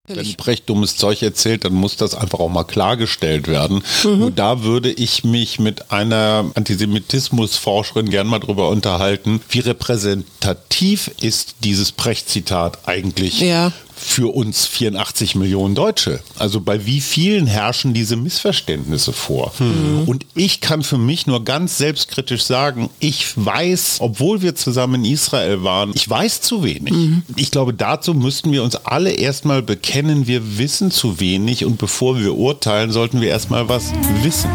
Wenn Brecht dummes Zeug erzählt, dann muss das einfach auch mal klargestellt werden. Nur da würde ich mich mit einer Antisemitismusforscherin gern mal drüber unterhalten, wie repräsentativ ist dieses Brecht-Zitat eigentlich für uns 84 Millionen Deutsche. Also bei wie vielen herrschen diese Missverständnisse vor? Und ich kann für mich nur ganz selbstkritisch sagen, ich weiß, obwohl wir zusammen in Israel waren, ich weiß zu wenig. Ich glaube, dazu müssten wir uns alle erstmal bekennen, wir wissen zu wenig und bevor wir urteilen, sollten wir erstmal was wissen.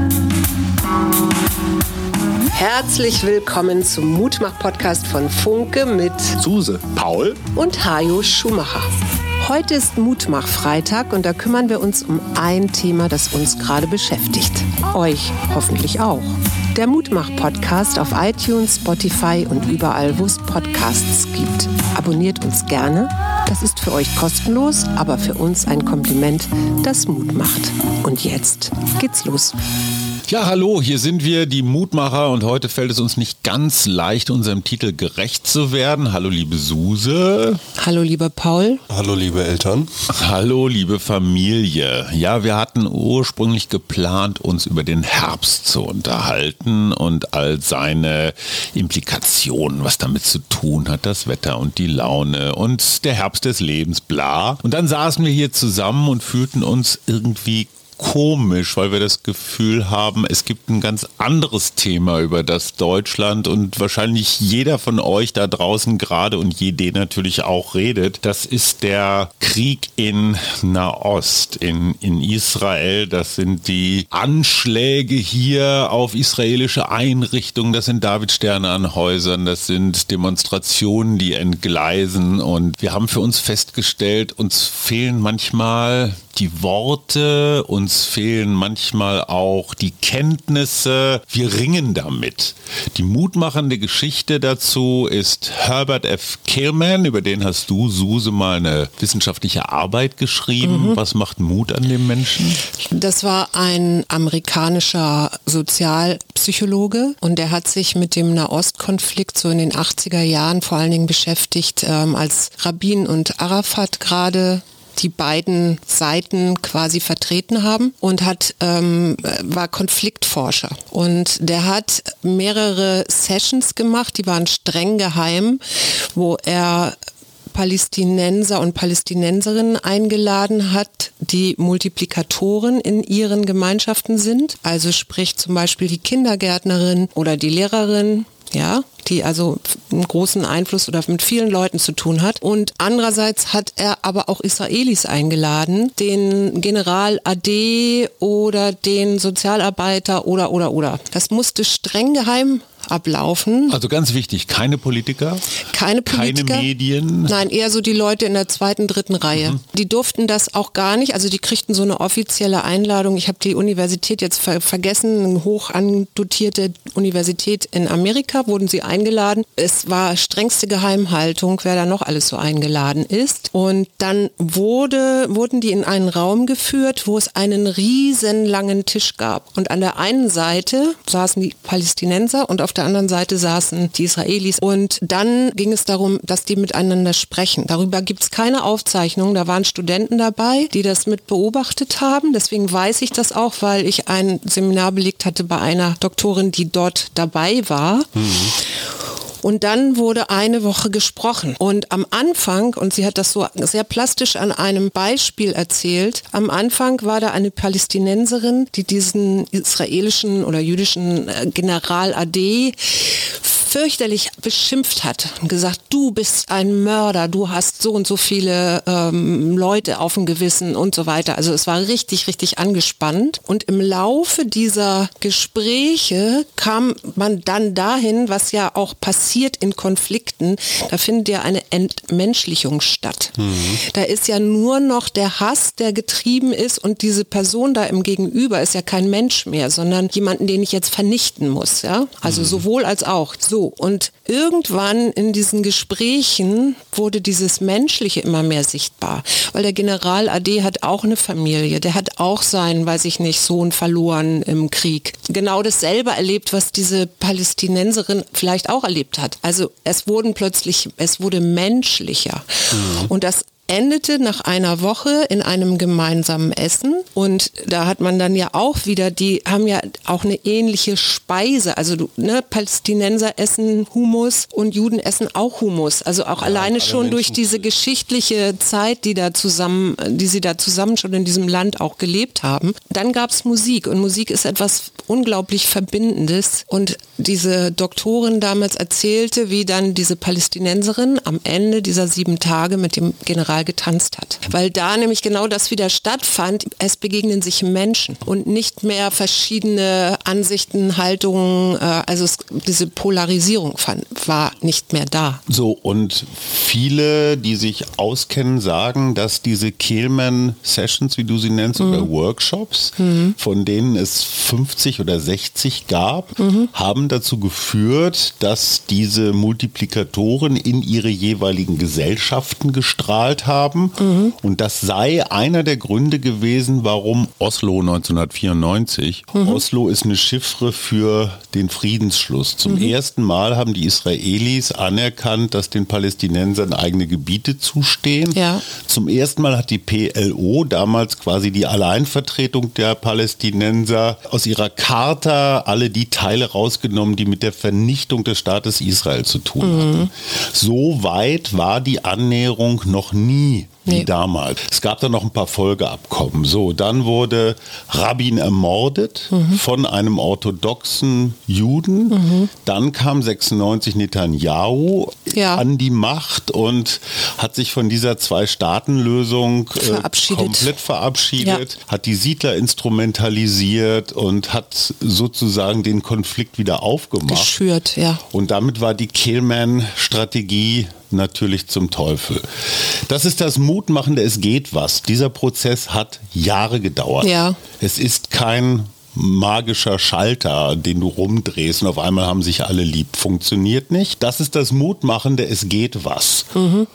Herzlich willkommen zum Mutmach-Podcast von Funke mit Suse, Paul und Hajo Schumacher. Heute ist Mutmach-Freitag und da kümmern wir uns um ein Thema, das uns gerade beschäftigt. Euch hoffentlich auch. Der Mutmach-Podcast auf iTunes, Spotify und überall, wo es Podcasts gibt. Abonniert uns gerne. Das ist für euch kostenlos, aber für uns ein Kompliment, das Mut macht. Und jetzt geht's los. Ja, hallo, hier sind wir, die Mutmacher, und heute fällt es uns nicht ganz leicht, unserem Titel gerecht zu werden. Hallo, liebe Suse. Hallo, lieber Paul. Hallo, liebe Eltern. Hallo, liebe Familie. Ja, wir hatten ursprünglich geplant, uns über den Herbst zu unterhalten und all seine Implikationen, was damit zu tun hat, das Wetter und die Laune und der Herbst des Lebens, bla. Und dann saßen wir hier zusammen und fühlten uns irgendwie komisch, weil wir das Gefühl haben, es gibt ein ganz anderes Thema, über das Deutschland und wahrscheinlich jeder von euch da draußen gerade und jede natürlich auch redet. Das ist der Krieg in Nahost, in Israel. Das sind die Anschläge hier auf israelische Einrichtungen, das sind Davidsterne an Häusern, das sind Demonstrationen, die entgleisen, und wir haben für uns festgestellt, uns fehlen manchmal die Worte, uns fehlen manchmal auch die Kenntnisse. Wir ringen damit. Die mutmachende Geschichte dazu ist Herbert F. Kihlman, über den hast du, Suse, mal eine wissenschaftliche Arbeit geschrieben. Was macht Mut an dem Menschen? Das war ein amerikanischer Sozialpsychologe und der hat sich mit dem Nahostkonflikt so in den 80er Jahren vor allen Dingen beschäftigt, als Rabin und Arafat gerade die beiden Seiten quasi vertreten haben und war Konfliktforscher. Und der hat mehrere Sessions gemacht, die waren streng geheim, wo er Palästinenser und Palästinenserinnen eingeladen hat, die Multiplikatoren in ihren Gemeinschaften sind. Also sprich zum Beispiel die Kindergärtnerin oder die Lehrerin, ja, die also einen großen Einfluss oder mit vielen Leuten zu tun hat. Und andererseits hat er aber auch Israelis eingeladen, den General AD oder den Sozialarbeiter oder. Das musste streng geheim ablaufen. Also ganz wichtig, keine Politiker? Keine Medien? Nein, eher so die Leute in der zweiten, dritten Reihe. Die durften das auch gar nicht, also die kriegten so eine offizielle Einladung. Ich habe die Universität jetzt vergessen, eine hoch andotierte Universität in Amerika, wurden sie eingeladen. Es war strengste Geheimhaltung, wer da noch alles so eingeladen ist. Und dann wurden die in einen Raum geführt, wo es einen riesen langen Tisch gab. Und an der einen Seite saßen die Palästinenser und auf der anderen Seite saßen die Israelis. Und dann ging es darum, dass die miteinander sprechen. Darüber gibt es keine Aufzeichnungen. Da waren Studenten dabei, die das mit beobachtet haben. Deswegen weiß ich das auch, weil ich ein Seminar belegt hatte bei einer Doktorin, die dort dabei war. Und dann wurde eine Woche gesprochen. Und am Anfang, und sie hat das so sehr plastisch an einem Beispiel erzählt, am Anfang war da eine Palästinenserin, die diesen israelischen oder jüdischen General AD fürchterlich beschimpft hat und gesagt, du bist ein Mörder, du hast so und so viele Leute auf dem Gewissen und so weiter. Also es war richtig, richtig angespannt. Und im Laufe dieser Gespräche kam man dann dahin, was ja auch passiert in Konflikten, da findet ja eine Entmenschlichung statt. Da ist ja nur noch der Hass, der getrieben ist, und diese Person da im Gegenüber ist ja kein Mensch mehr, sondern jemanden, den ich jetzt vernichten muss. Ja? Also sowohl als auch. So, und irgendwann in diesen Gesprächen wurde dieses Menschliche immer mehr sichtbar, weil der General AD hat auch eine Familie, der hat auch seinen, weiß ich nicht, Sohn verloren im Krieg. Genau dasselbe erlebt, was diese Palästinenserin vielleicht auch erlebt hat. Also es wurde menschlicher. Und das endete nach einer Woche in einem gemeinsamen Essen. Und da hat man dann ja auch wieder, die haben ja auch eine ähnliche Speise. Also Palästinenser essen Hummus und Juden essen auch Hummus. Also auch alleine schon durch diese geschichtliche Zeit, die sie da zusammen schon in diesem Land auch gelebt haben. Dann gab es Musik und Musik ist etwas unglaublich Verbindendes. Und diese Doktorin damals erzählte, wie dann diese Palästinenserin am Ende dieser 7 Tage mit dem General getanzt hat. Weil da nämlich genau das wieder stattfand. Es begegnen sich Menschen und nicht mehr verschiedene Ansichten, Haltungen. Also diese Polarisierung war nicht mehr da. So, und viele, die sich auskennen, sagen, dass diese Kehlman-Sessions, wie du sie nennst, oder Workshops, von denen es 50 oder 60 gab, haben dazu geführt, dass diese Multiplikatoren in ihre jeweiligen Gesellschaften gestrahlt haben. Und das sei einer der Gründe gewesen, warum Oslo 1994, Oslo ist eine Chiffre für den Friedensschluss. Zum ersten Mal haben die Israelis anerkannt, dass den Palästinensern eigene Gebiete zustehen. Ja. Zum ersten Mal hat die PLO, damals quasi die Alleinvertretung der Palästinenser, aus ihrer Charta alle die Teile rausgenommen, die mit der Vernichtung des Staates Israel zu tun hatten. So weit war die Annäherung noch nie wie damals. Es gab dann noch ein paar Folgeabkommen. So, dann wurde Rabin ermordet von einem orthodoxen Juden. Dann kam 96 Netanyahu an die Macht und hat sich von dieser Zwei-Staaten-Lösung komplett verabschiedet, hat die Siedler instrumentalisiert und hat sozusagen den Konflikt wieder aufgemacht. Geschürt, ja. Und damit war die Kehlman-Strategie natürlich zum Teufel. Das ist das Mutmachende, es geht was. Dieser Prozess hat Jahre gedauert. Ja. Es ist kein magischer Schalter, den du rumdrehst und auf einmal haben sich alle lieb. Funktioniert nicht. Das ist das Mutmachende, es geht was.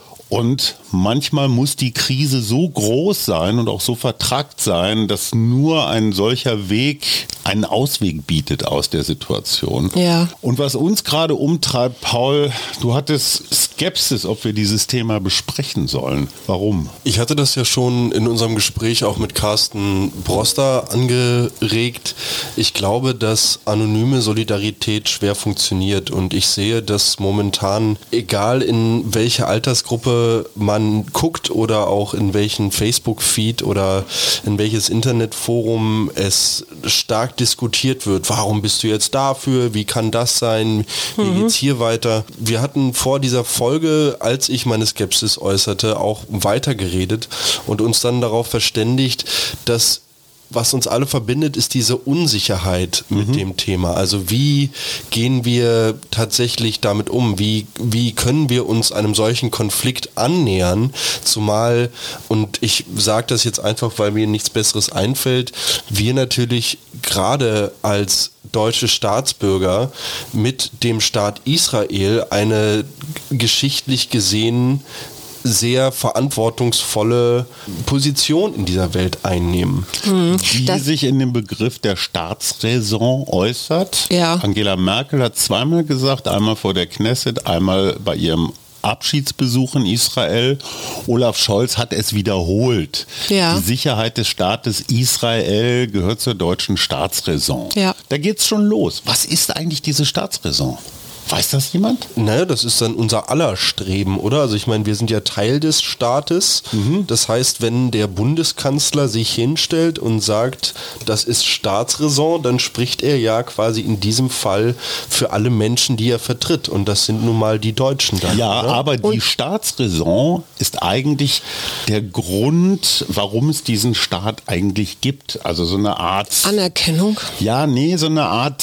Und manchmal muss die Krise so groß sein und auch so vertrackt sein, dass nur ein solcher Weg einen Ausweg bietet aus der Situation. Ja. Und was uns gerade umtreibt, Paul, du hattest Skepsis, ob wir dieses Thema besprechen sollen. Warum? Ich hatte das ja schon in unserem Gespräch auch mit Carsten Broster angeregt. Ich glaube, dass anonyme Solidarität schwer funktioniert und ich sehe, dass momentan, egal in welche Altersgruppe man guckt oder auch in welchen Facebook-Feed oder in welches Internetforum es stark diskutiert wird. Warum bist du jetzt dafür? Wie kann das sein? Wie geht's hier weiter? Wir hatten vor dieser Folge, als ich meine Skepsis äußerte, auch weitergeredet und uns dann darauf verständigt, dass was uns alle verbindet, ist diese Unsicherheit mit dem Thema. Also wie gehen wir tatsächlich damit um? Wie können wir uns einem solchen Konflikt annähern? Zumal, und ich sage das jetzt einfach, weil mir nichts Besseres einfällt, wir natürlich gerade als deutsche Staatsbürger mit dem Staat Israel eine geschichtlich gesehen sehr verantwortungsvolle Position in dieser Welt einnehmen. Die sich in dem Begriff der Staatsräson äußert. Ja. Angela Merkel hat zweimal gesagt, einmal vor der Knesset, einmal bei ihrem Abschiedsbesuch in Israel. Olaf Scholz hat es wiederholt. Ja. Die Sicherheit des Staates Israel gehört zur deutschen Staatsräson. Ja. Da geht's schon los. Was ist eigentlich diese Staatsräson? Weiß das jemand? Naja, das ist dann unser aller Streben, oder? Also ich meine, wir sind ja Teil des Staates. Das heißt, wenn der Bundeskanzler sich hinstellt und sagt, das ist Staatsräson, dann spricht er ja quasi in diesem Fall für alle Menschen, die er vertritt. Und das sind nun mal die Deutschen dann. Ja, oder? aber die Staatsräson ist eigentlich der Grund, warum es diesen Staat eigentlich gibt. Also so eine Art Anerkennung. Ja, nee, so eine Art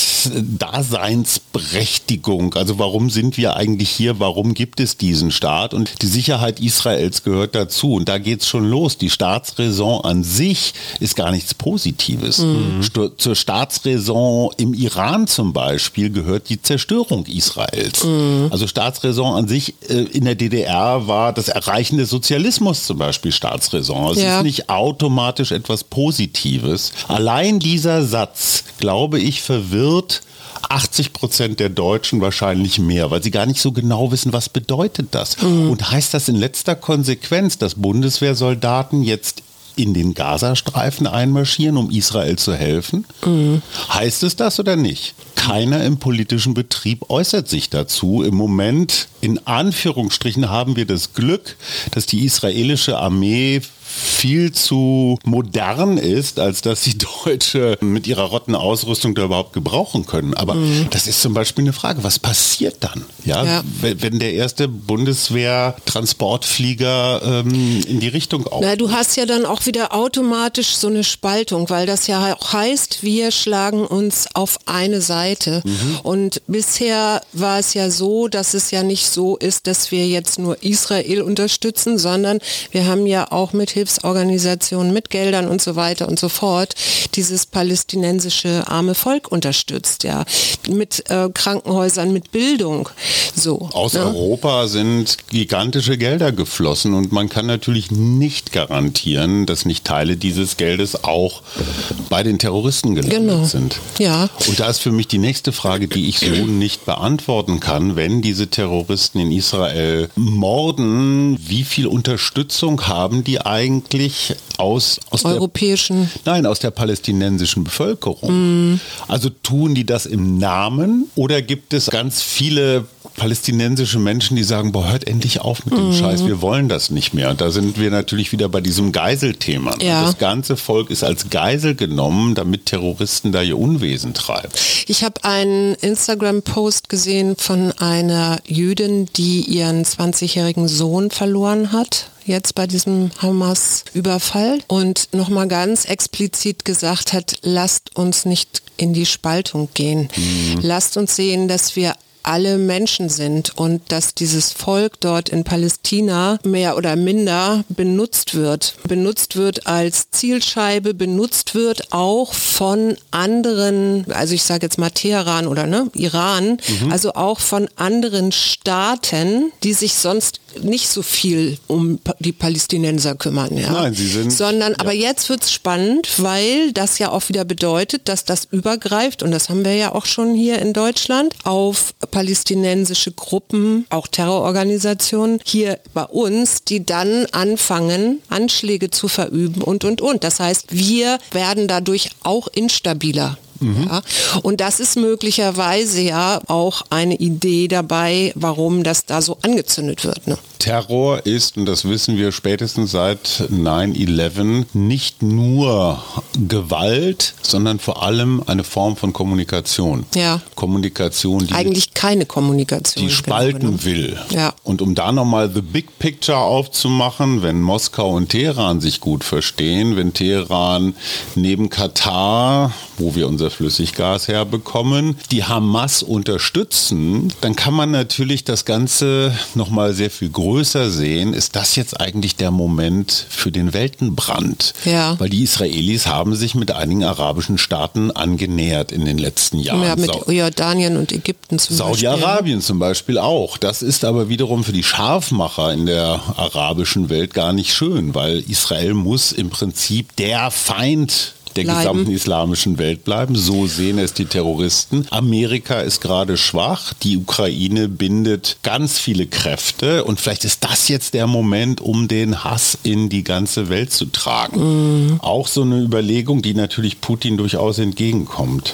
Daseinsberechtigung. Also warum sind wir eigentlich hier? Warum gibt es diesen Staat? Und die Sicherheit Israels gehört dazu. Und da geht's schon los. Die Staatsräson an sich ist gar nichts Positives. Zur Staatsräson im Iran zum Beispiel gehört die Zerstörung Israels. Also Staatsräson an sich in der DDR war das Erreichen des Sozialismus zum Beispiel Staatsräson. Es ist nicht automatisch etwas Positives. Allein dieser Satz, glaube ich, verwirrt 80% der Deutschen wahrscheinlich mehr, weil sie gar nicht so genau wissen, was bedeutet das. Und heißt das in letzter Konsequenz, dass Bundeswehrsoldaten jetzt in den Gazastreifen einmarschieren, um Israel zu helfen? Heißt es das oder nicht? Keiner im politischen Betrieb äußert sich dazu. Im Moment, in Anführungsstrichen, haben wir das Glück, dass die israelische Armee viel zu modern ist, als dass die Deutsche mit ihrer Rottenausrüstung da überhaupt gebrauchen können. Aber das ist zum Beispiel eine Frage, was passiert dann? Ja. Wenn der erste Bundeswehr-Transportflieger in die Richtung aufmacht? Na, du hast ja dann auch wieder automatisch so eine Spaltung, weil das ja auch heißt, wir schlagen uns auf eine Seite. Und bisher war es ja so, dass es ja nicht so ist, dass wir jetzt nur Israel unterstützen, sondern wir haben ja auch mit Hilfsorganisationen, mit Geldern und so weiter und so fort dieses palästinensische arme Volk unterstützt, ja, mit Krankenhäusern, mit Bildung. So, aus Europa sind gigantische Gelder geflossen und man kann natürlich nicht garantieren, dass nicht Teile dieses Geldes auch bei den Terroristen gelandet sind. Ja. Und da ist für mich die nächste Frage, die ich so nicht beantworten kann, wenn diese Terroristen in Israel morden, wie viel Unterstützung haben die eigentlich aus der palästinensischen Bevölkerung? Also tun die das im Namen oder gibt es ganz viele palästinensische Menschen, die sagen, boah, hört endlich auf mit dem Scheiß, wir wollen das nicht mehr. Und da sind wir natürlich wieder bei diesem Geiselthema. Ja. Das ganze Volk ist als Geisel genommen, damit Terroristen da ihr Unwesen treiben. Ich habe einen Instagram-Post gesehen von einer Jüdin, die ihren 20-jährigen Sohn verloren hat, jetzt bei diesem Hamas-Überfall, und nochmal ganz explizit gesagt hat, lasst uns nicht in die Spaltung gehen. Lasst uns sehen, dass wir alle Menschen sind und dass dieses Volk dort in Palästina mehr oder minder benutzt wird als Zielscheibe, benutzt wird auch von anderen, also ich sage jetzt mal Teheran oder Iran, also auch von anderen Staaten, die sich sonst nicht so viel um die Palästinenser kümmern. Ja. Nein, sie sind... Aber jetzt wird es spannend, weil das ja auch wieder bedeutet, dass das übergreift, und das haben wir ja auch schon hier in Deutschland, auf palästinensische Gruppen, auch Terrororganisationen hier bei uns, die dann anfangen, Anschläge zu verüben und. Das heißt, wir werden dadurch auch instabiler. Ja. Und das ist möglicherweise ja auch eine Idee dabei, warum das da so angezündet wird. Ne? Terror ist, und das wissen wir spätestens seit 9/11, nicht nur Gewalt, sondern vor allem eine Form von Kommunikation. Ja. Kommunikation, die eigentlich keine Kommunikation, die spalten will. Ja. Und um da nochmal the big picture aufzumachen, wenn Moskau und Teheran sich gut verstehen, wenn Teheran neben Katar, wo wir unser Flüssiggas herbekommen, die Hamas unterstützen, dann kann man natürlich das Ganze nochmal sehr viel größer sehen. Ist das jetzt eigentlich der Moment für den Weltenbrand? Ja. Weil die Israelis haben sich mit einigen arabischen Staaten angenähert in den letzten Jahren. Ja, mit Jordanien und Ägypten zum Beispiel. Saudi-Arabien zum Beispiel auch. Das ist aber wiederum für die Scharfmacher in der arabischen Welt gar nicht schön, weil Israel muss im Prinzip der Feind der gesamten islamischen Welt bleiben. So sehen es die Terroristen. Amerika ist gerade schwach. Die Ukraine bindet ganz viele Kräfte. Und vielleicht ist das jetzt der Moment, um den Hass in die ganze Welt zu tragen. Auch so eine Überlegung, die natürlich Putin durchaus entgegenkommt.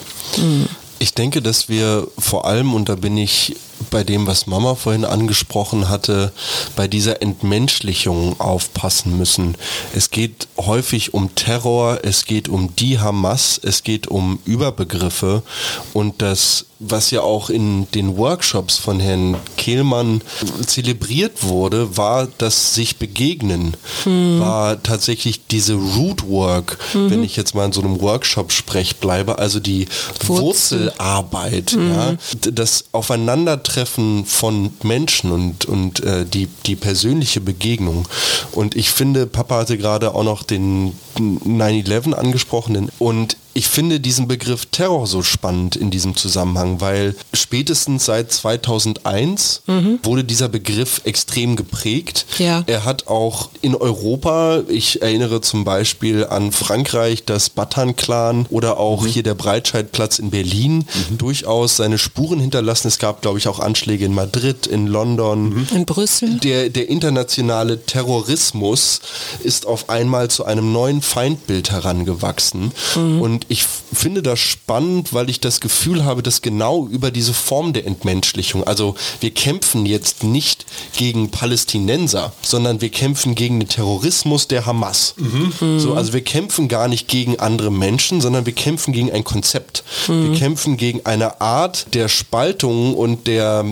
Ich denke, dass wir vor allem, und da bin ich bei dem, was Mama vorhin angesprochen hatte, bei dieser Entmenschlichung aufpassen müssen. Es geht häufig um Terror, es geht um die Hamas, es geht um Überbegriffe, und das, was ja auch in den Workshops von Herrn Kehlmann zelebriert wurde, war das sich begegnen, war tatsächlich diese Root Work, wenn ich jetzt mal in so einem Workshop-Sprech bleibe, also die Wurzelarbeit, ja, das Aufeinandertreffen Aufeinandertreffen von Menschen und die persönliche Begegnung. Und ich finde, Papa hatte gerade auch noch den 9/11 angesprochen und ich finde diesen Begriff Terror so spannend in diesem Zusammenhang, weil spätestens seit 2001 wurde dieser Begriff extrem geprägt. Ja. Er hat auch in Europa, ich erinnere zum Beispiel an Frankreich, das Bataclan oder auch hier der Breitscheidplatz in Berlin, durchaus seine Spuren hinterlassen. Es gab, glaube ich, auch Anschläge in Madrid, in London. In Brüssel. Der internationale Terrorismus ist auf einmal zu einem neuen Feindbild herangewachsen. Und ich finde das spannend, weil ich das Gefühl habe, dass genau über diese Form der Entmenschlichung, also wir kämpfen jetzt nicht gegen Palästinenser, sondern wir kämpfen gegen den Terrorismus der Hamas. So, also wir kämpfen gar nicht gegen andere Menschen, sondern wir kämpfen gegen ein Konzept. Wir kämpfen gegen eine Art der Spaltung und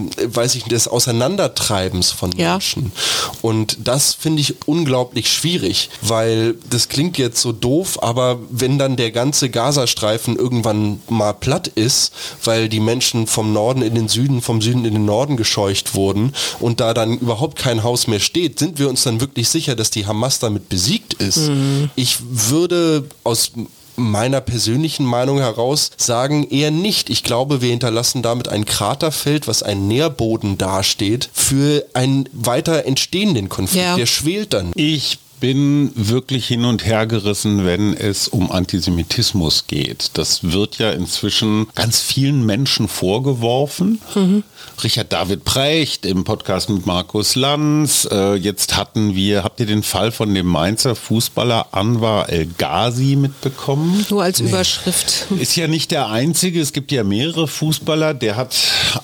des Auseinandertreibens von Menschen. Und das finde ich unglaublich schwierig, weil das klingt jetzt so doof, aber wenn dann der ganze Gazastreifen irgendwann mal platt ist, weil die Menschen vom Norden in den Süden, vom Süden in den Norden gescheucht wurden und da dann überhaupt kein Haus mehr steht, sind wir uns dann wirklich sicher, dass die Hamas damit besiegt ist? Ich würde aus meiner persönlichen Meinung heraus sagen, eher nicht. Ich glaube, wir hinterlassen damit ein Kraterfeld, was ein Nährboden dasteht für einen weiter entstehenden Konflikt. Der schwelt dann. Ich bin wirklich hin und her gerissen, wenn es um Antisemitismus geht. Das wird ja inzwischen ganz vielen Menschen vorgeworfen. Richard David Precht im Podcast mit Markus Lanz. Jetzt habt ihr den Fall von dem Mainzer Fußballer Anwar El Ghazi mitbekommen? Nur als Überschrift. Ist ja nicht der einzige. Es gibt ja mehrere Fußballer. Der hat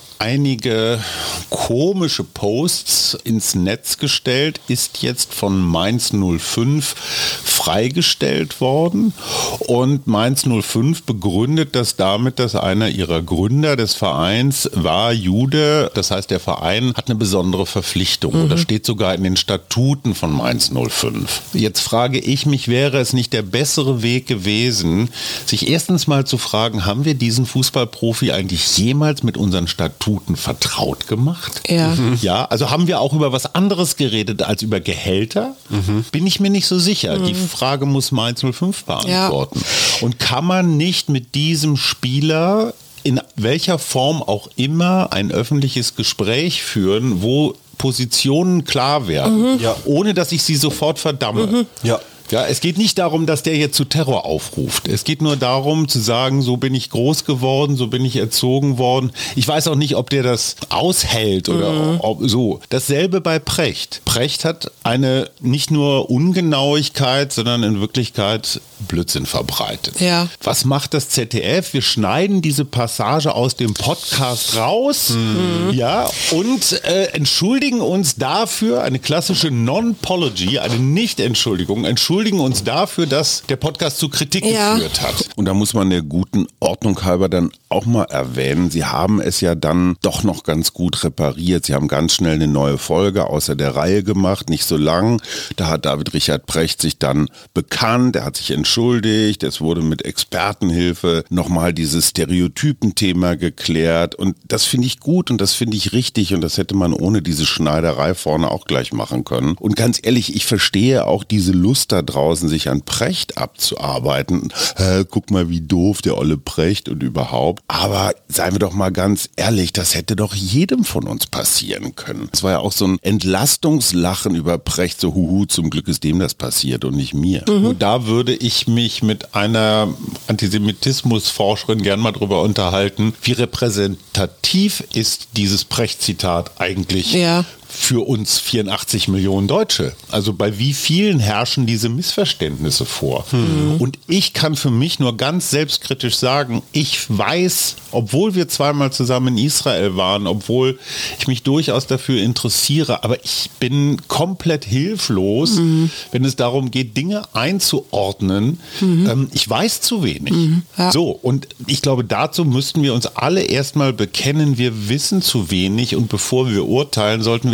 einige komische Posts ins Netz gestellt, ist jetzt von Mainz 05 freigestellt worden und Mainz 05 begründet das damit, dass einer ihrer Gründer des Vereins war Jude, das heißt der Verein hat eine besondere Verpflichtung, das steht sogar in den Statuten von Mainz 05. Jetzt frage ich mich, wäre es nicht der bessere Weg gewesen, sich erstens mal zu fragen, haben wir diesen Fußballprofi eigentlich jemals mit unseren Statuten vertraut gemacht? Ja. Ja, also haben wir auch über was anderes geredet als über Gehälter? Bin ich mir nicht so sicher. Die Frage muss Mainz 05 beantworten. Ja. Und kann man nicht mit diesem Spieler in welcher Form auch immer ein öffentliches Gespräch führen, wo Positionen klar werden, ohne dass ich sie sofort verdamme? Ja, es geht nicht darum, dass der jetzt zu Terror aufruft. Es geht nur darum zu sagen, so bin ich groß geworden, so bin ich erzogen worden. Ich weiß auch nicht, ob der das aushält oder so. Dasselbe bei Precht. Precht hat eine nicht nur Ungenauigkeit, sondern in Wirklichkeit Blödsinn verbreitet. Ja. Was macht das ZDF? Wir schneiden diese Passage aus dem Podcast raus, ja, und entschuldigen uns dafür, eine klassische Non-Pology, eine Nicht-Entschuldigung, entschuldigen uns dafür, dass der Podcast zu Kritik geführt hat. Und da muss man der guten Ordnung halber dann auch mal erwähnen, Sie haben es ja dann doch noch ganz gut repariert. Sie haben ganz schnell eine neue Folge außer der Reihe gemacht, nicht so lang. Da hat David Richard Precht sich dann bekannt, er hat sich entschuldigt, es wurde mit Expertenhilfe nochmal dieses Stereotypenthema geklärt und das finde ich gut und das finde ich richtig und das hätte man ohne diese Schneiderei vorne auch gleich machen können. Und ganz ehrlich, ich verstehe auch diese Lust da draußen, sich an Precht abzuarbeiten. Guck mal, wie doof der olle Precht und überhaupt. Aber seien wir doch mal ganz ehrlich, das hätte doch jedem von uns passieren können. Es war ja auch so ein Entlastungslachen über Precht, so huhu, zum Glück ist dem das passiert und nicht mir. Und da würde ich mich mit einer Antisemitismusforscherin gern mal drüber unterhalten, wie repräsentativ ist dieses Precht-Zitat eigentlich für uns 84 Millionen Deutsche. Also bei wie vielen herrschen diese Missverständnisse vor? Und ich kann für mich nur ganz selbstkritisch sagen, ich weiß, obwohl wir zweimal zusammen in Israel waren, obwohl ich mich durchaus dafür interessiere, aber ich bin komplett hilflos, wenn es darum geht, Dinge einzuordnen. Ich weiß zu wenig. So, und ich glaube, dazu müssten wir uns alle erstmal bekennen, wir wissen zu wenig und bevor wir urteilen, sollten wir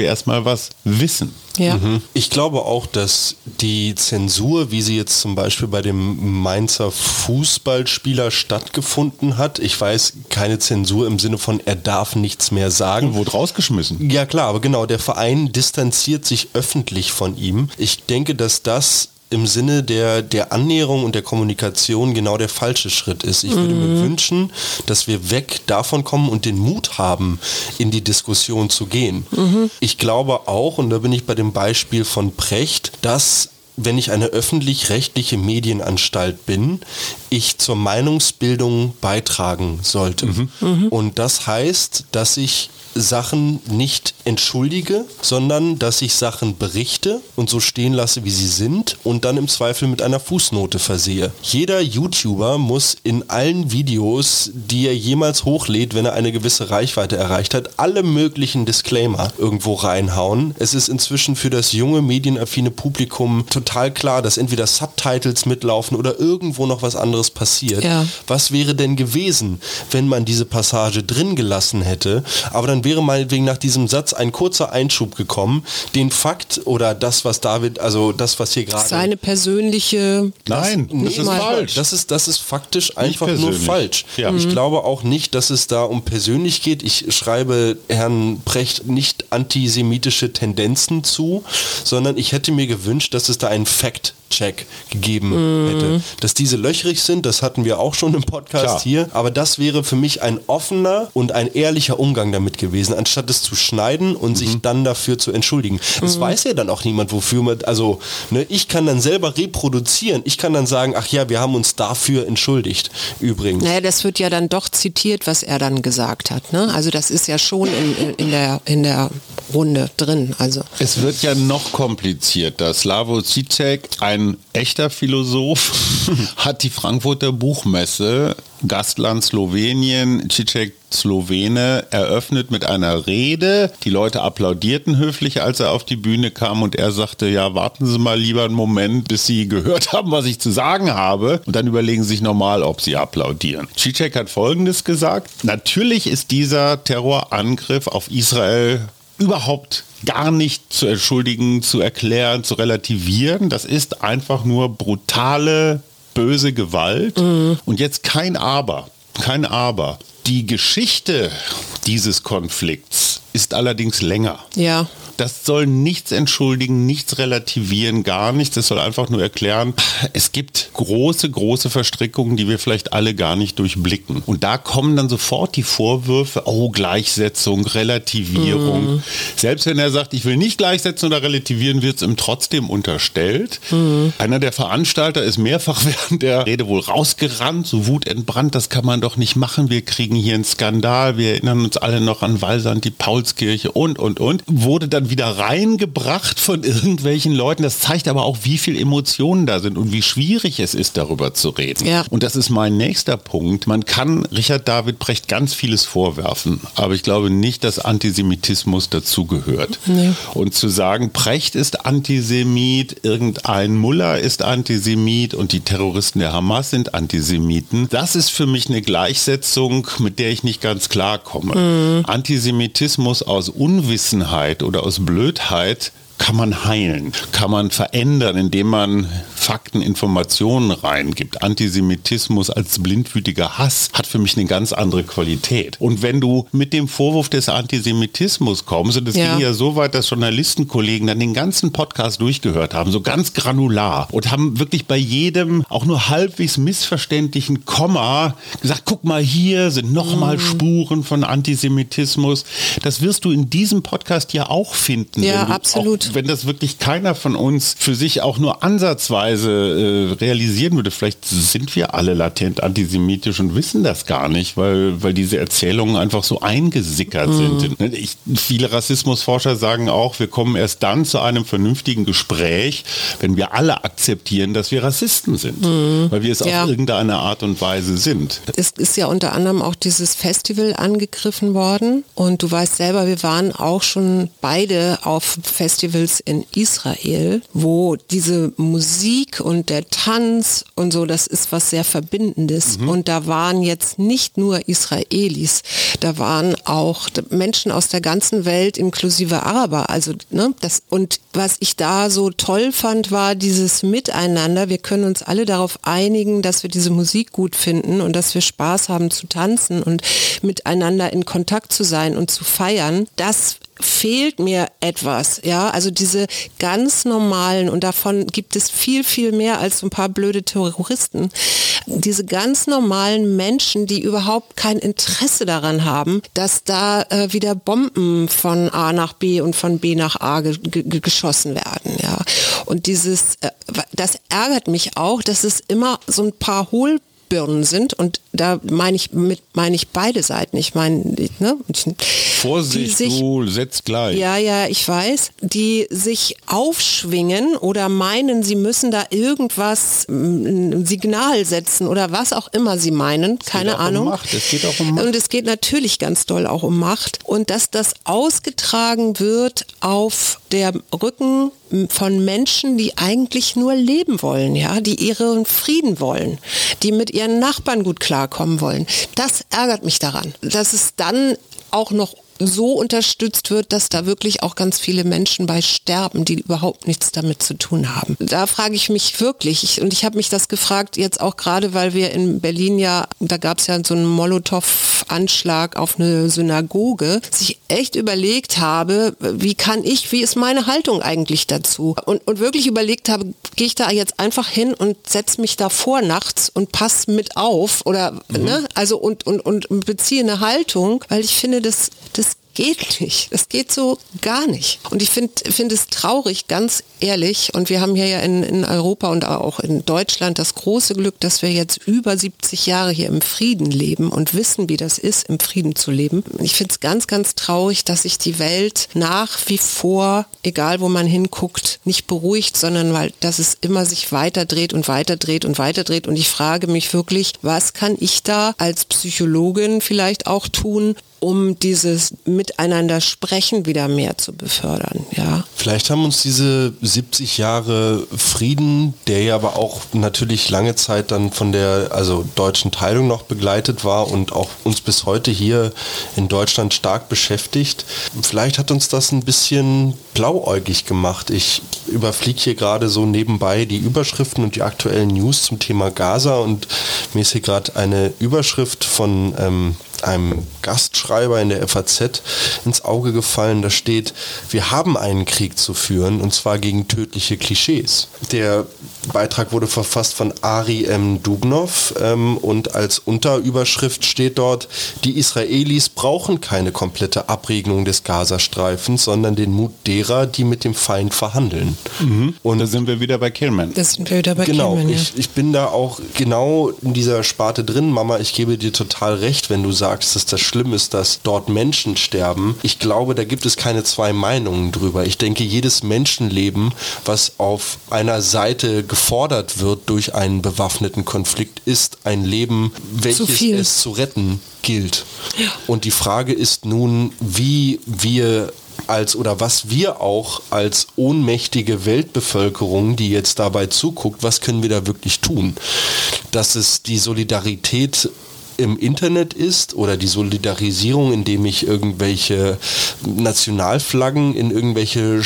wir erstmal was wissen. Ja. Ich glaube auch, dass die Zensur, wie sie jetzt zum Beispiel bei dem Mainzer Fußballspieler stattgefunden hat, ich weiß, keine Zensur im Sinne von, er darf nichts mehr sagen. Und wurde rausgeschmissen. Ja klar, aber genau, der Verein distanziert sich öffentlich von ihm. Ich denke, dass das im Sinne der Annäherung und der Kommunikation genau der falsche Schritt ist. Ich würde mir wünschen, dass wir weg davon kommen und den Mut haben, in die Diskussion zu gehen. Ich glaube auch, und da bin ich bei dem Beispiel von Precht, dass wenn ich eine öffentlich-rechtliche Medienanstalt bin, ich zur Meinungsbildung beitragen sollte. Und das heißt, dass ich Sachen nicht entschuldige, sondern dass ich Sachen berichte und so stehen lasse, wie sie sind und dann im Zweifel mit einer Fußnote versehe. Jeder YouTuber muss in allen Videos, die er jemals hochlädt, wenn er eine gewisse Reichweite erreicht hat, alle möglichen Disclaimer irgendwo reinhauen. Es ist inzwischen für das junge, medienaffine Publikum total klar, dass entweder Subtitles mitlaufen oder irgendwo noch was anderes passiert. Ja. Was wäre denn gewesen, wenn man diese Passage drin gelassen hätte, aber dann wäre meinetwegen nach diesem Satz ein kurzer Einschub gekommen, den Fakt oder das, was David, also das, was hier gerade... Seine persönliche... Nein, das ist falsch. Das ist faktisch einfach nur persönlich. falsch. Ja. Ich glaube auch nicht, dass es da um persönlich geht. Ich schreibe Herrn Precht nicht antisemitische Tendenzen zu, sondern ich hätte mir gewünscht, dass es da einen Fact-Check gegeben hätte. Dass diese löchrig sind, das hatten wir auch schon im Podcast Klar. hier, aber das wäre für mich ein offener und ein ehrlicher Umgang damit gewesen, anstatt es zu schneiden und sich dann dafür zu entschuldigen. Es weiß ja dann auch niemand, wofür man, also ich kann dann selber reproduzieren, ich kann dann sagen, ach ja, wir haben uns dafür entschuldigt, übrigens. Naja, das wird ja dann doch zitiert, was er dann gesagt hat. Ne? Also das ist ja schon in der Runde drin. Also. Es wird ja noch komplizierter. Slavoj Žižek, ein echter Philosoph, hat die Frankfurter Buchmesse, Gastland Slowenien, Žižek Slowene, eröffnet mit einer Rede. Die Leute applaudierten höflich, als er auf die Bühne kam und er sagte, ja, warten Sie mal lieber einen Moment, bis Sie gehört haben, was ich zu sagen habe und dann überlegen Sie sich nochmal, ob Sie applaudieren. Žižek hat Folgendes gesagt: Natürlich ist dieser Terrorangriff auf Israel überhaupt gar nicht zu entschuldigen, zu erklären, zu relativieren. Das ist einfach nur brutale, böse Gewalt. Und jetzt kein Aber. Die Geschichte dieses Konflikts ist allerdings länger. Ja. Das soll nichts entschuldigen, nichts relativieren, gar nichts. Das soll einfach nur erklären, es gibt große, große Verstrickungen, die wir vielleicht alle gar nicht durchblicken. Und da kommen dann sofort die Vorwürfe, oh, Gleichsetzung, Relativierung. Selbst wenn er sagt, ich will nicht gleichsetzen oder relativieren, wird es ihm trotzdem unterstellt. Einer der Veranstalter ist mehrfach während der Rede wohl rausgerannt, so wutentbrannt, das kann man doch nicht machen, wir kriegen hier einen Skandal, wir erinnern uns alle noch an Wallsand, die Paulskirche und. Wurde dann wieder reingebracht von irgendwelchen Leuten. Das zeigt aber auch, wie viel Emotionen da sind und wie schwierig es ist, darüber zu reden. Ja. Und das ist mein nächster Punkt. Man kann Richard David Precht ganz vieles vorwerfen, aber ich glaube nicht, dass Antisemitismus dazugehört. Nee. Und zu sagen, Precht ist Antisemit, irgendein Mullah ist Antisemit und die Terroristen der Hamas sind Antisemiten, das ist für mich eine Gleichsetzung, mit der ich nicht ganz klarkomme. Antisemitismus aus Unwissenheit oder aus Blödheit kann man heilen, kann man verändern, indem man Fakten, Informationen reingibt. Antisemitismus als blindwütiger Hass hat für mich eine ganz andere Qualität. Und wenn du mit dem Vorwurf des Antisemitismus kommst, und es ging ja so weit, dass Journalistenkollegen dann den ganzen Podcast durchgehört haben, so ganz granular und haben wirklich bei jedem auch nur halbwegs missverständlichen Komma gesagt, guck mal, hier sind nochmal Spuren von Antisemitismus. Das wirst du in diesem Podcast ja auch finden. Ja, absolut. Wenn das wirklich keiner von uns für sich auch nur ansatzweise realisieren würde, vielleicht sind wir alle latent antisemitisch und wissen das gar nicht, weil diese Erzählungen einfach so eingesickert sind. Viele Rassismusforscher sagen auch, wir kommen erst dann zu einem vernünftigen Gespräch, wenn wir alle akzeptieren, dass wir Rassisten sind, weil wir es auf irgendeine Art und Weise sind. Es ist ja unter anderem auch dieses Festival angegriffen worden und du weißt selber, wir waren auch schon beide auf Festivals Festivals in Israel, wo diese Musik und der Tanz und so, das ist was sehr Verbindendes. Und da waren jetzt nicht nur Israelis, da waren auch Menschen aus der ganzen Welt, inklusive Araber. Also, und was ich da so toll fand, war dieses Miteinander. Wir können uns alle darauf einigen, dass wir diese Musik gut finden und dass wir Spaß haben zu tanzen und miteinander in Kontakt zu sein und zu feiern. Das fehlt mir etwas, ja, also diese ganz normalen, und davon gibt es viel, viel mehr als so ein paar blöde Terroristen, diese ganz normalen Menschen, die überhaupt kein Interesse daran haben, dass da wieder Bomben von A nach B und von B nach A geschossen werden, ja. Und das ärgert mich auch, dass es immer so ein paar Hohlbirnen sind, und da meine ich beide Seiten. Ich meine, Vorsicht, du setzt gleich. Ja, ich weiß, die sich aufschwingen oder meinen, sie müssen da irgendwas, ein Signal setzen oder was auch immer sie meinen, keine Ahnung. Es geht auch um Macht. Und es geht natürlich ganz doll auch um Macht, und dass das ausgetragen wird auf der Rücken von Menschen, die eigentlich nur leben wollen, ja, die ihren Frieden wollen, die mit ihren Nachbarn gut klarkommen wollen. Das ärgert mich daran, dass es dann auch noch so unterstützt wird, dass da wirklich auch ganz viele Menschen bei sterben, die überhaupt nichts damit zu tun haben. Da frage ich mich wirklich, und ich habe mich das gefragt, jetzt auch gerade, weil wir in Berlin da gab es ja so einen Molotow-Anschlag auf eine Synagoge, dass ich echt überlegt habe, wie ist meine Haltung eigentlich dazu? Und wirklich überlegt habe, gehe ich da jetzt einfach hin und setze mich davor nachts und passe mit auf oder, also und beziehe eine Haltung, weil ich finde, das geht nicht. Das geht so gar nicht. Und ich finde es traurig, ganz ehrlich. Und wir haben hier ja in Europa und auch in Deutschland das große Glück, dass wir jetzt über 70 Jahre hier im Frieden leben und wissen, wie das ist, im Frieden zu leben. Ich finde es ganz, ganz traurig, dass sich die Welt nach wie vor, egal wo man hinguckt, nicht beruhigt, sondern dass es immer sich weiterdreht und weiterdreht und weiterdreht. Und ich frage mich wirklich, was kann ich da als Psychologin vielleicht auch tun, um dieses Miteinander sprechen wieder mehr zu befördern, ja. Vielleicht haben uns diese 70 Jahre Frieden, der ja aber auch natürlich lange Zeit dann von der deutschen Teilung noch begleitet war und auch uns bis heute hier in Deutschland stark beschäftigt, vielleicht hat uns das ein bisschen blauäugig gemacht. Ich überfliege hier gerade so nebenbei die Überschriften und die aktuellen News zum Thema Gaza, und mir ist hier gerade eine Überschrift von einem Gastschreiber in der FAZ ins Auge gefallen. Da steht: Wir haben einen Krieg zu führen, und zwar gegen tödliche Klischees. Der Beitrag wurde verfasst von Ari M. Dubnov und als Unterüberschrift steht dort: Die Israelis brauchen keine komplette Abregnung des Gazastreifens, sondern den Mut derer, die mit dem Feind verhandeln. Und da sind wir wieder bei Killman. Genau, ich bin da auch genau in dieser Sparte drin. Mama, ich gebe dir total recht, wenn du sagst, dass das schlimm ist, dass dort Menschen sterben. Ich glaube, da gibt es keine zwei Meinungen drüber. Ich denke, jedes Menschenleben, was auf einer Seite gefordert wird durch einen bewaffneten Konflikt, ist ein Leben, welches es zu retten gilt. Ja. Und die Frage ist nun, wie wir was wir auch als ohnmächtige Weltbevölkerung, die jetzt dabei zuguckt, was können wir da wirklich tun? Dass es die Solidarität im Internet ist oder die Solidarisierung, indem ich irgendwelche Nationalflaggen in irgendwelche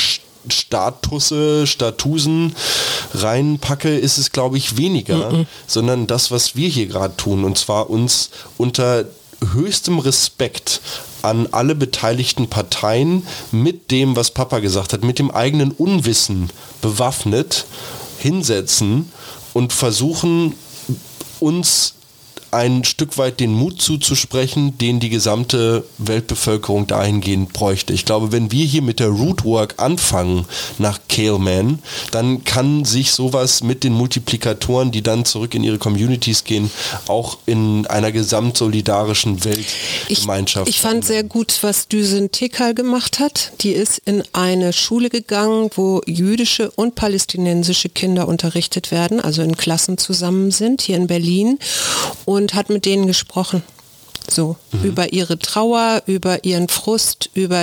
Statusen reinpacke, ist es, glaube ich, weniger, sondern das, was wir hier gerade tun, und zwar uns unter höchstem Respekt an alle beteiligten Parteien mit dem, was Papa gesagt hat, mit dem eigenen Unwissen bewaffnet hinsetzen und versuchen, uns ein Stück weit den Mut zuzusprechen, den die gesamte Weltbevölkerung dahingehend bräuchte. Ich glaube, wenn wir hier mit der Rootwork anfangen nach Kaleman, dann kann sich sowas mit den Multiplikatoren, die dann zurück in ihre Communities gehen, auch in einer gesamtsolidarischen Weltgemeinschaft. Ich fand sehr gut, was Düsen Tekal gemacht hat. Die ist in eine Schule gegangen, wo jüdische und palästinensische Kinder unterrichtet werden, also in Klassen zusammen sind, hier in Berlin, und hat mit denen gesprochen. So, über ihre Trauer, über ihren Frust, über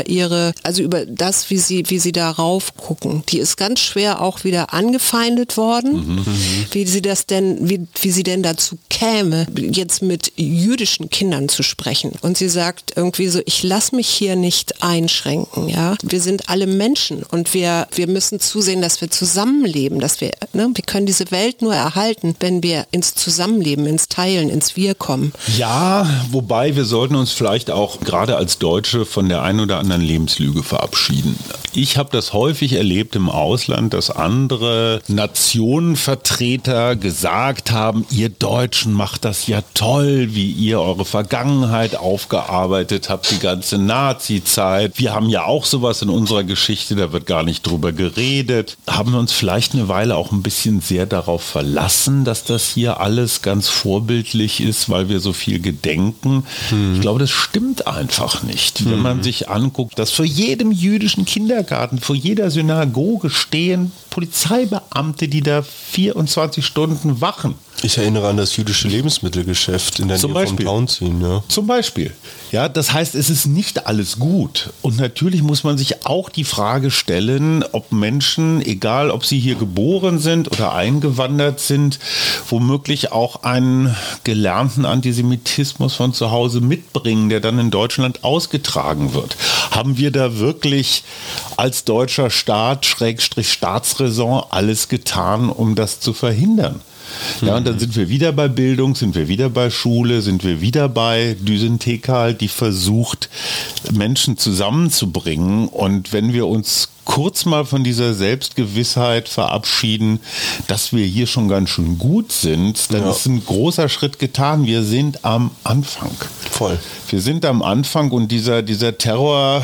das, wie sie darauf gucken. Die ist ganz schwer auch wieder angefeindet worden, wie sie denn dazu käme, jetzt mit jüdischen Kindern zu sprechen. Und sie sagt irgendwie so, ich lasse mich hier nicht einschränken, ja. Wir sind alle Menschen und wir müssen zusehen, dass wir zusammenleben, wir können diese Welt nur erhalten, wenn wir ins Zusammenleben, ins Teilen, ins Wir kommen. Ja, wobei wir sollten uns vielleicht auch gerade als Deutsche von der einen oder anderen Lebenslüge verabschieden. Ich habe das häufig erlebt im Ausland, dass andere Nationenvertreter gesagt haben, ihr Deutschen macht das ja toll, wie ihr eure Vergangenheit aufgearbeitet habt, die ganze Nazi-Zeit. Wir haben ja auch sowas in unserer Geschichte, da wird gar nicht drüber geredet. Haben wir uns vielleicht eine Weile auch ein bisschen sehr darauf verlassen, dass das hier alles ganz vorbildlich ist, weil wir so viel gedenken. Ich glaube, das stimmt einfach nicht. Wenn man sich anguckt, dass vor jedem jüdischen Kindergarten, vor jeder Synagoge stehen Polizeibeamte, die da 24 Stunden wachen. Ich erinnere an das jüdische Lebensmittelgeschäft in der Nähe von Townsend. Ja. Zum Beispiel. Ja, das heißt, es ist nicht alles gut. Und natürlich muss man sich auch die Frage stellen, ob Menschen, egal ob sie hier geboren sind oder eingewandert sind, womöglich auch einen gelernten Antisemitismus von zu Hause mitbringen, der dann in Deutschland ausgetragen wird. Haben wir da wirklich als deutscher Staat, Staatsräson, alles getan, um das zu verhindern? Ja, und dann sind wir wieder bei Bildung, sind wir wieder bei Schule, sind wir wieder bei Düsentekal, die versucht, Menschen zusammenzubringen. Und wenn wir uns kurz mal von dieser Selbstgewissheit verabschieden, dass wir hier schon ganz schön gut sind, dann ist ein großer Schritt getan. Wir sind am Anfang. Voll. Wir sind am Anfang und dieser Terror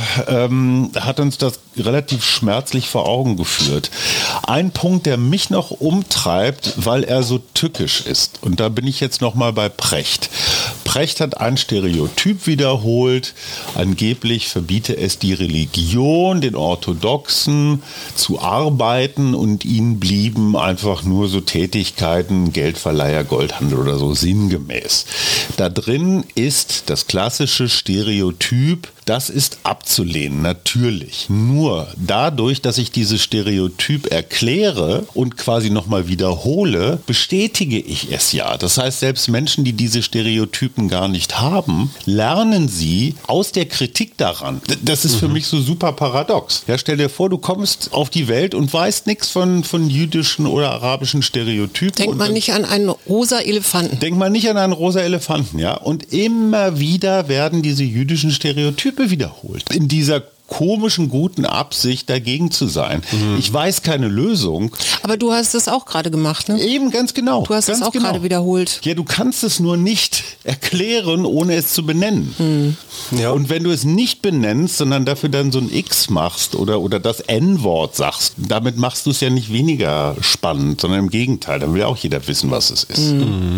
hat uns das relativ schmerzlich vor Augen geführt. Ein Punkt, der mich noch umtreibt, weil er so tückisch ist, und da bin ich jetzt noch mal bei Precht. Precht hat ein Stereotyp wiederholt, angeblich verbiete es die Religion, den Orthodoxen zu arbeiten, und ihnen blieben einfach nur so Tätigkeiten, Geldverleiher, Goldhandel oder so sinngemäß. Da drin ist das klassische Stereotyp, das ist abzulehnen, natürlich. Nur dadurch, dass ich dieses Stereotyp erkläre und quasi nochmal wiederhole, bestätige ich es ja. Das heißt, selbst Menschen, die diese Stereotypen gar nicht haben, lernen sie aus der Kritik daran. Das ist für mich so super paradox. Ja, stell dir vor, du kommst auf die Welt und weißt nichts von jüdischen oder arabischen Stereotypen. Denkt man nicht an einen rosa Elefanten. Denkt man nicht an einen rosa Elefanten, ja. Und immer wieder werden diese jüdischen Stereotype wiederholt. In dieser komischen, guten Absicht, dagegen zu sein. Ich weiß keine Lösung. Aber du hast es auch gerade gemacht, ne? Eben, ganz genau. Du hast es auch gerade wiederholt. Ja, du kannst es nur nicht erklären, ohne es zu benennen. Ja. Und wenn du es nicht benennst, sondern dafür dann so ein X machst oder das N-Wort sagst, damit machst du es ja nicht weniger spannend, sondern im Gegenteil, dann will ja auch jeder wissen, was es ist.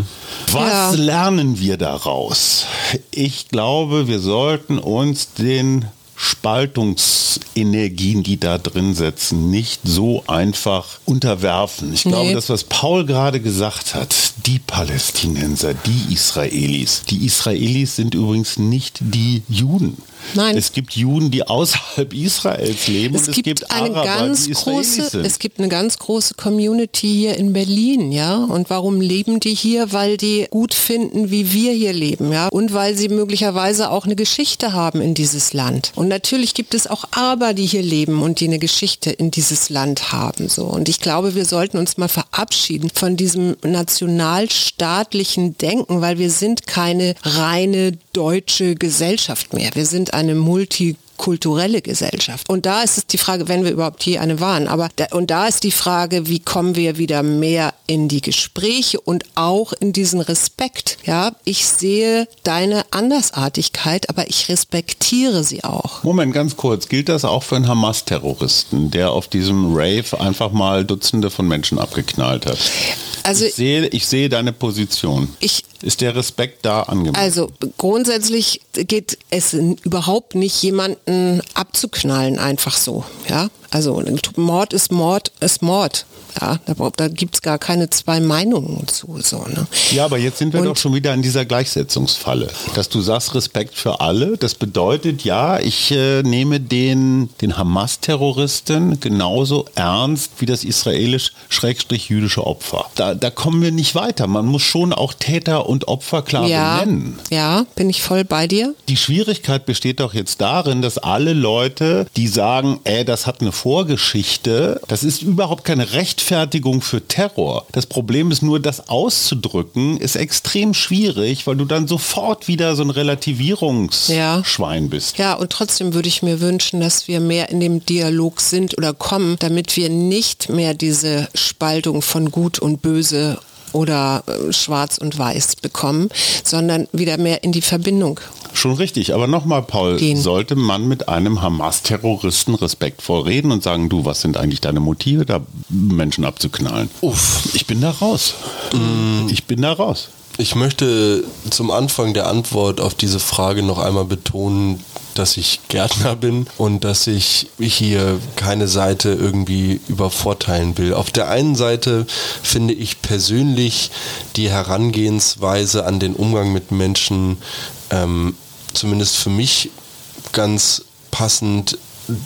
Was lernen wir daraus? Ich glaube, wir sollten uns den Spaltungsenergien, die da drin sitzen, nicht so einfach unterwerfen. Ich glaube, das, was Paul gerade gesagt hat, die Palästinenser, die Israelis. Die Israelis sind übrigens nicht die Juden. Nein. Es gibt Juden, die außerhalb Israels leben, und es gibt Araber, die Israelis sind. Es gibt eine ganz große Community hier in Berlin, ja. Und warum leben die hier? Weil die gut finden, wie wir hier leben, ja. Und weil sie möglicherweise auch eine Geschichte haben in dieses Land. Und natürlich gibt es auch Araber, die hier leben und die eine Geschichte in dieses Land haben, so. Und ich glaube, wir sollten uns mal verabschieden von diesem nationalstaatlichen Denken, weil wir sind keine reine deutsche Gesellschaft mehr. Wir sind eine multikulturelle Gesellschaft. Und da ist es die Frage, wenn wir überhaupt je eine waren, und da ist die Frage, wie kommen wir wieder mehr in die Gespräche und auch in diesen Respekt. Ja, ich sehe deine Andersartigkeit, aber ich respektiere sie auch. Moment, ganz kurz. Gilt das auch für einen Hamas-Terroristen, der auf diesem Rave einfach mal Dutzende von Menschen abgeknallt hat? Also ich sehe deine Position. Ist der Respekt da angemessen? Also grundsätzlich geht es überhaupt nicht, jemanden abzuknallen einfach so. Ja? Also Mord ist Mord ist Mord. Ja, da gibt es gar keine zwei Meinungen zu. So, ne? Ja, aber jetzt sind wir doch schon wieder in dieser Gleichsetzungsfalle. Dass du sagst, Respekt für alle, das bedeutet ja, ich nehme den Hamas-Terroristen genauso ernst wie das israelisch-jüdische Opfer. Da kommen wir nicht weiter. Man muss schon auch Täter und Opfer klar benennen. Ja, bin ich voll bei dir. Die Schwierigkeit besteht doch jetzt darin, dass alle Leute, die sagen, das hat eine Vorgeschichte, das ist überhaupt keine Rechtfertigung für Terror. Das Problem ist nur, das auszudrücken, ist extrem schwierig, weil du dann sofort wieder so ein Relativierungsschwein bist. Ja, und trotzdem würde ich mir wünschen, dass wir mehr in dem Dialog sind oder kommen, damit wir nicht mehr diese Spaltung von Gut und Böse oder Schwarz und Weiß bekommen, sondern wieder mehr in die Verbindung. Schon richtig, aber nochmal, Paul, sollte man mit einem Hamas-Terroristen respektvoll reden und sagen, du, was sind eigentlich deine Motive, da Menschen abzuknallen? Ich bin da raus. Ich möchte zum Anfang der Antwort auf diese Frage noch einmal betonen, dass ich Gärtner bin und dass ich hier keine Seite irgendwie übervorteilen will. Auf der einen Seite finde ich persönlich die Herangehensweise an den Umgang mit Menschen zumindest für mich ganz passend.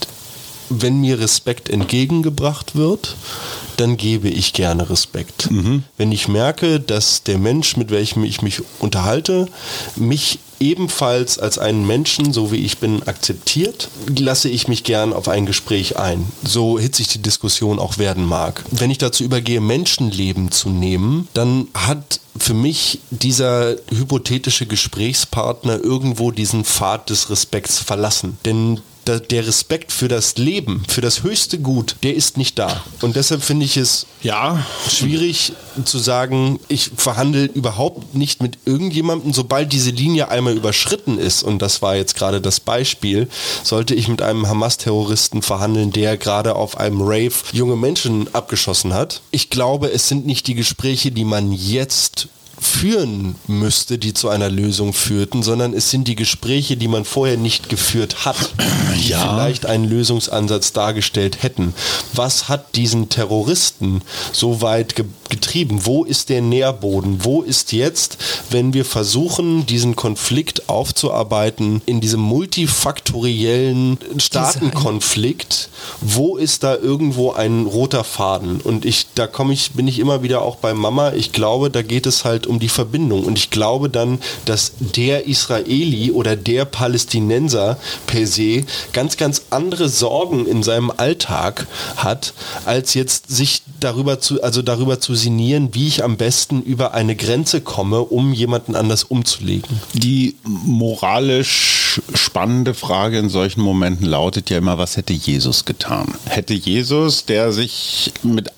Wenn mir Respekt entgegengebracht wird, dann gebe ich gerne Respekt. Wenn ich merke, dass der Mensch, mit welchem ich mich unterhalte, mich ebenfalls als einen Menschen, so wie ich bin, akzeptiert, lasse ich mich gern auf ein Gespräch ein. So hitzig die Diskussion auch werden mag. Wenn ich dazu übergehe, Menschenleben zu nehmen, dann hat für mich dieser hypothetische Gesprächspartner irgendwo diesen Pfad des Respekts verlassen. Denn der Respekt für das Leben, für das höchste Gut, der ist nicht da. Und deshalb finde ich es schwierig zu sagen, ich verhandle überhaupt nicht mit irgendjemandem. Sobald diese Linie einmal überschritten ist, und das war jetzt gerade das Beispiel, sollte ich mit einem Hamas-Terroristen verhandeln, der gerade auf einem Rave junge Menschen abgeschossen hat. Ich glaube, es sind nicht die Gespräche, die man jetzt führen müsste, die zu einer Lösung führten, sondern es sind die Gespräche, die man vorher nicht geführt hat, die vielleicht einen Lösungsansatz dargestellt hätten. Was hat diesen Terroristen so weit getrieben? Wo ist der Nährboden? Wo ist jetzt, wenn wir versuchen, diesen Konflikt aufzuarbeiten, in diesem multifaktoriellen Staatenkonflikt, wo ist da irgendwo ein roter Faden? Und bin ich immer wieder auch bei Mama. Ich glaube, da geht es halt um die Verbindung. Und ich glaube dann, dass der Israeli oder der Palästinenser per se ganz, ganz andere Sorgen in seinem Alltag hat, als jetzt sich darüber zu sinnieren, wie ich am besten über eine Grenze komme, um jemanden anders umzulegen. Die moralisch spannende Frage in solchen Momenten lautet ja immer, was hätte Jesus getan? Hätte Jesus, der sich mit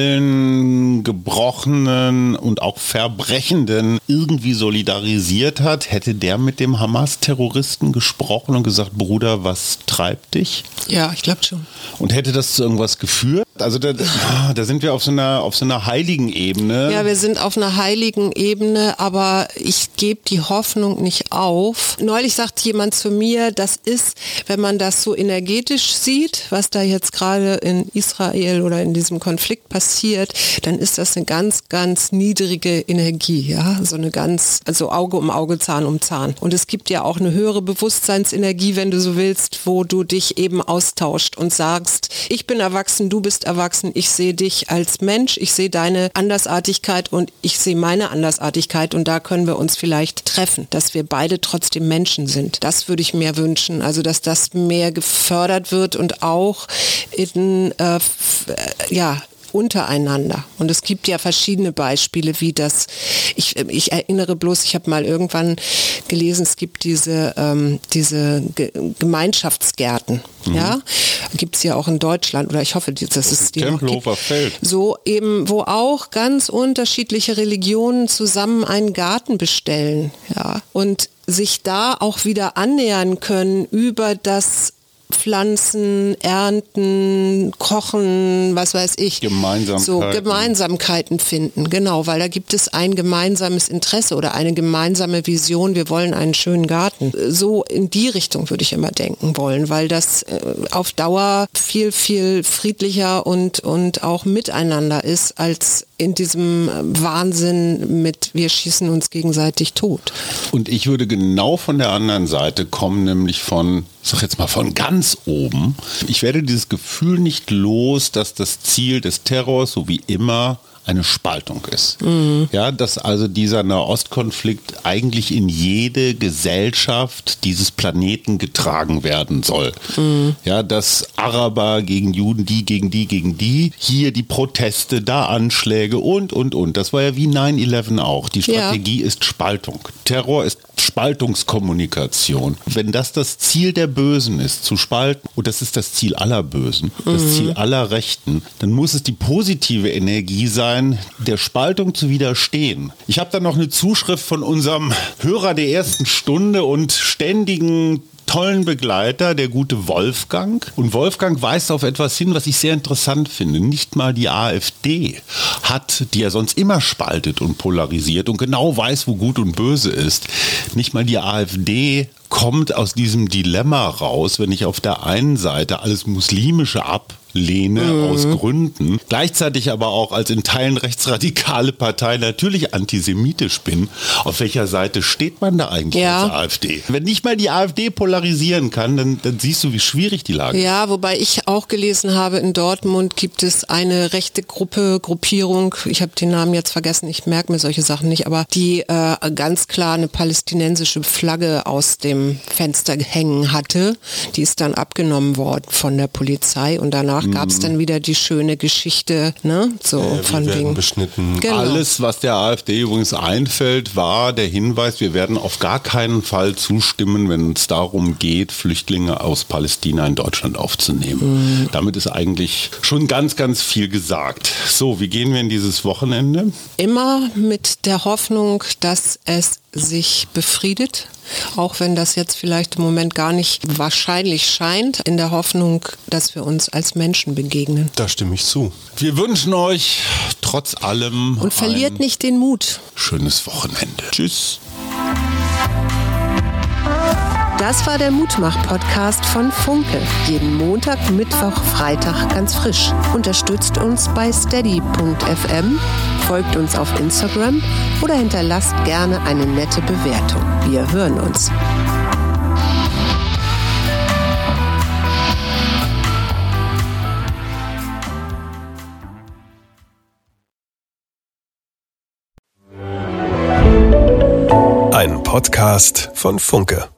allen Gebrochenen und auch Verbrechenden irgendwie solidarisiert hat, hätte der mit dem Hamas-Terroristen gesprochen und gesagt, Bruder, was treibt dich? Ja, ich glaube schon. Und hätte das zu irgendwas geführt? Also da sind wir auf so einer heiligen Ebene. Ja, wir sind auf einer heiligen Ebene, aber ich gebe die Hoffnung nicht auf. Neulich sagt jemand zu mir, das ist, wenn man das so energetisch sieht, was da jetzt gerade in Israel oder in diesem Konflikt passiert, dann ist das eine ganz, ganz niedrige Energie, ja, also Auge um Auge, Zahn um Zahn. Und es gibt ja auch eine höhere Bewusstseinsenergie, wenn du so willst, wo du dich eben austauscht und sagst, ich bin erwachsen, du bist erwachsen, ich sehe dich als Mensch, ich sehe deine Andersartigkeit und ich sehe meine Andersartigkeit und da können wir uns vielleicht treffen, dass wir beide trotzdem Menschen sind. Das würde ich mir wünschen, also dass das mehr gefördert wird und auch in, untereinander. Und es gibt ja verschiedene Beispiele, wie das, ich erinnere bloß, ich habe mal irgendwann gelesen, es gibt diese Gemeinschaftsgärten, ja, gibt es ja auch in Deutschland, oder ich hoffe, dass es die Tempelhofer Feld. So eben, wo auch ganz unterschiedliche Religionen zusammen einen Garten bestellen, ja, und sich da auch wieder annähern können über das Pflanzen, ernten, kochen, was weiß ich. Gemeinsamkeiten Finden, genau, weil da gibt es ein gemeinsames Interesse oder eine gemeinsame Vision, wir wollen einen schönen Garten. So in die Richtung würde ich immer denken wollen, weil das auf Dauer viel, viel friedlicher und auch miteinander ist, als in diesem Wahnsinn mit wir schießen uns gegenseitig tot. Und ich würde genau von der anderen Seite kommen, nämlich von ganz oben. Ich werde dieses Gefühl nicht los, dass das Ziel des Terrors, so wie immer, eine Spaltung ist. Ja, dass also dieser Nahostkonflikt eigentlich in jede Gesellschaft dieses Planeten getragen werden soll. Ja, dass Araber gegen Juden, die gegen die, hier die Proteste, da Anschläge und. Das war ja wie 9/11 auch. Die Strategie ist Spaltung. Terror ist Spaltungskommunikation. Wenn das Ziel der Bösen ist, zu spalten, und das ist das Ziel aller Bösen, das Ziel aller Rechten, dann muss es die positive Energie sein, der Spaltung zu widerstehen. Ich habe da noch eine Zuschrift von unserem Hörer der ersten Stunde und ständigen tollen Begleiter, der gute Wolfgang. Und Wolfgang weist auf etwas hin, was ich sehr interessant finde. Nicht mal die AfD die ja sonst immer spaltet und polarisiert und genau weiß, wo gut und böse ist. Nicht mal die AfD kommt aus diesem Dilemma raus, wenn ich auf der einen Seite alles Muslimische ablehne aus Gründen, gleichzeitig aber auch als in Teilen rechtsradikale Partei natürlich antisemitisch bin. Auf welcher Seite steht man da eigentlich als AfD? Wenn nicht mal die AfD polarisieren kann, dann siehst du, wie schwierig die Lage ist. Ja, wobei ich auch gelesen habe, in Dortmund gibt es eine rechte Gruppierung, ich habe den Namen jetzt vergessen, ich merke mir solche Sachen nicht, aber die ganz klar eine palästinensische Flagge aus dem Fenster hängen hatte. Die ist dann abgenommen worden von der Polizei und danach gab es dann wieder die schöne Geschichte, ne? So von wegen beschnitten. Genau. Alles, was der AfD übrigens einfällt, war der Hinweis, wir werden auf gar keinen Fall zustimmen, wenn es darum geht, Flüchtlinge aus Palästina in Deutschland aufzunehmen. Damit ist eigentlich schon ganz, ganz viel gesagt. So, wie gehen wir in dieses Wochenende? Immer mit der Hoffnung, dass es sich befriedet, auch wenn das jetzt vielleicht im Moment gar nicht wahrscheinlich scheint, in der Hoffnung, dass wir uns als Menschen begegnen. Da stimme ich zu. Wir wünschen euch trotz allem und verliert nicht den Mut. Schönes Wochenende. Tschüss. Das war der Mutmach-Podcast von Funke. Jeden Montag, Mittwoch, Freitag ganz frisch. Unterstützt uns bei steady.fm, folgt uns auf Instagram oder hinterlasst gerne eine nette Bewertung. Wir hören uns. Ein Podcast von Funke.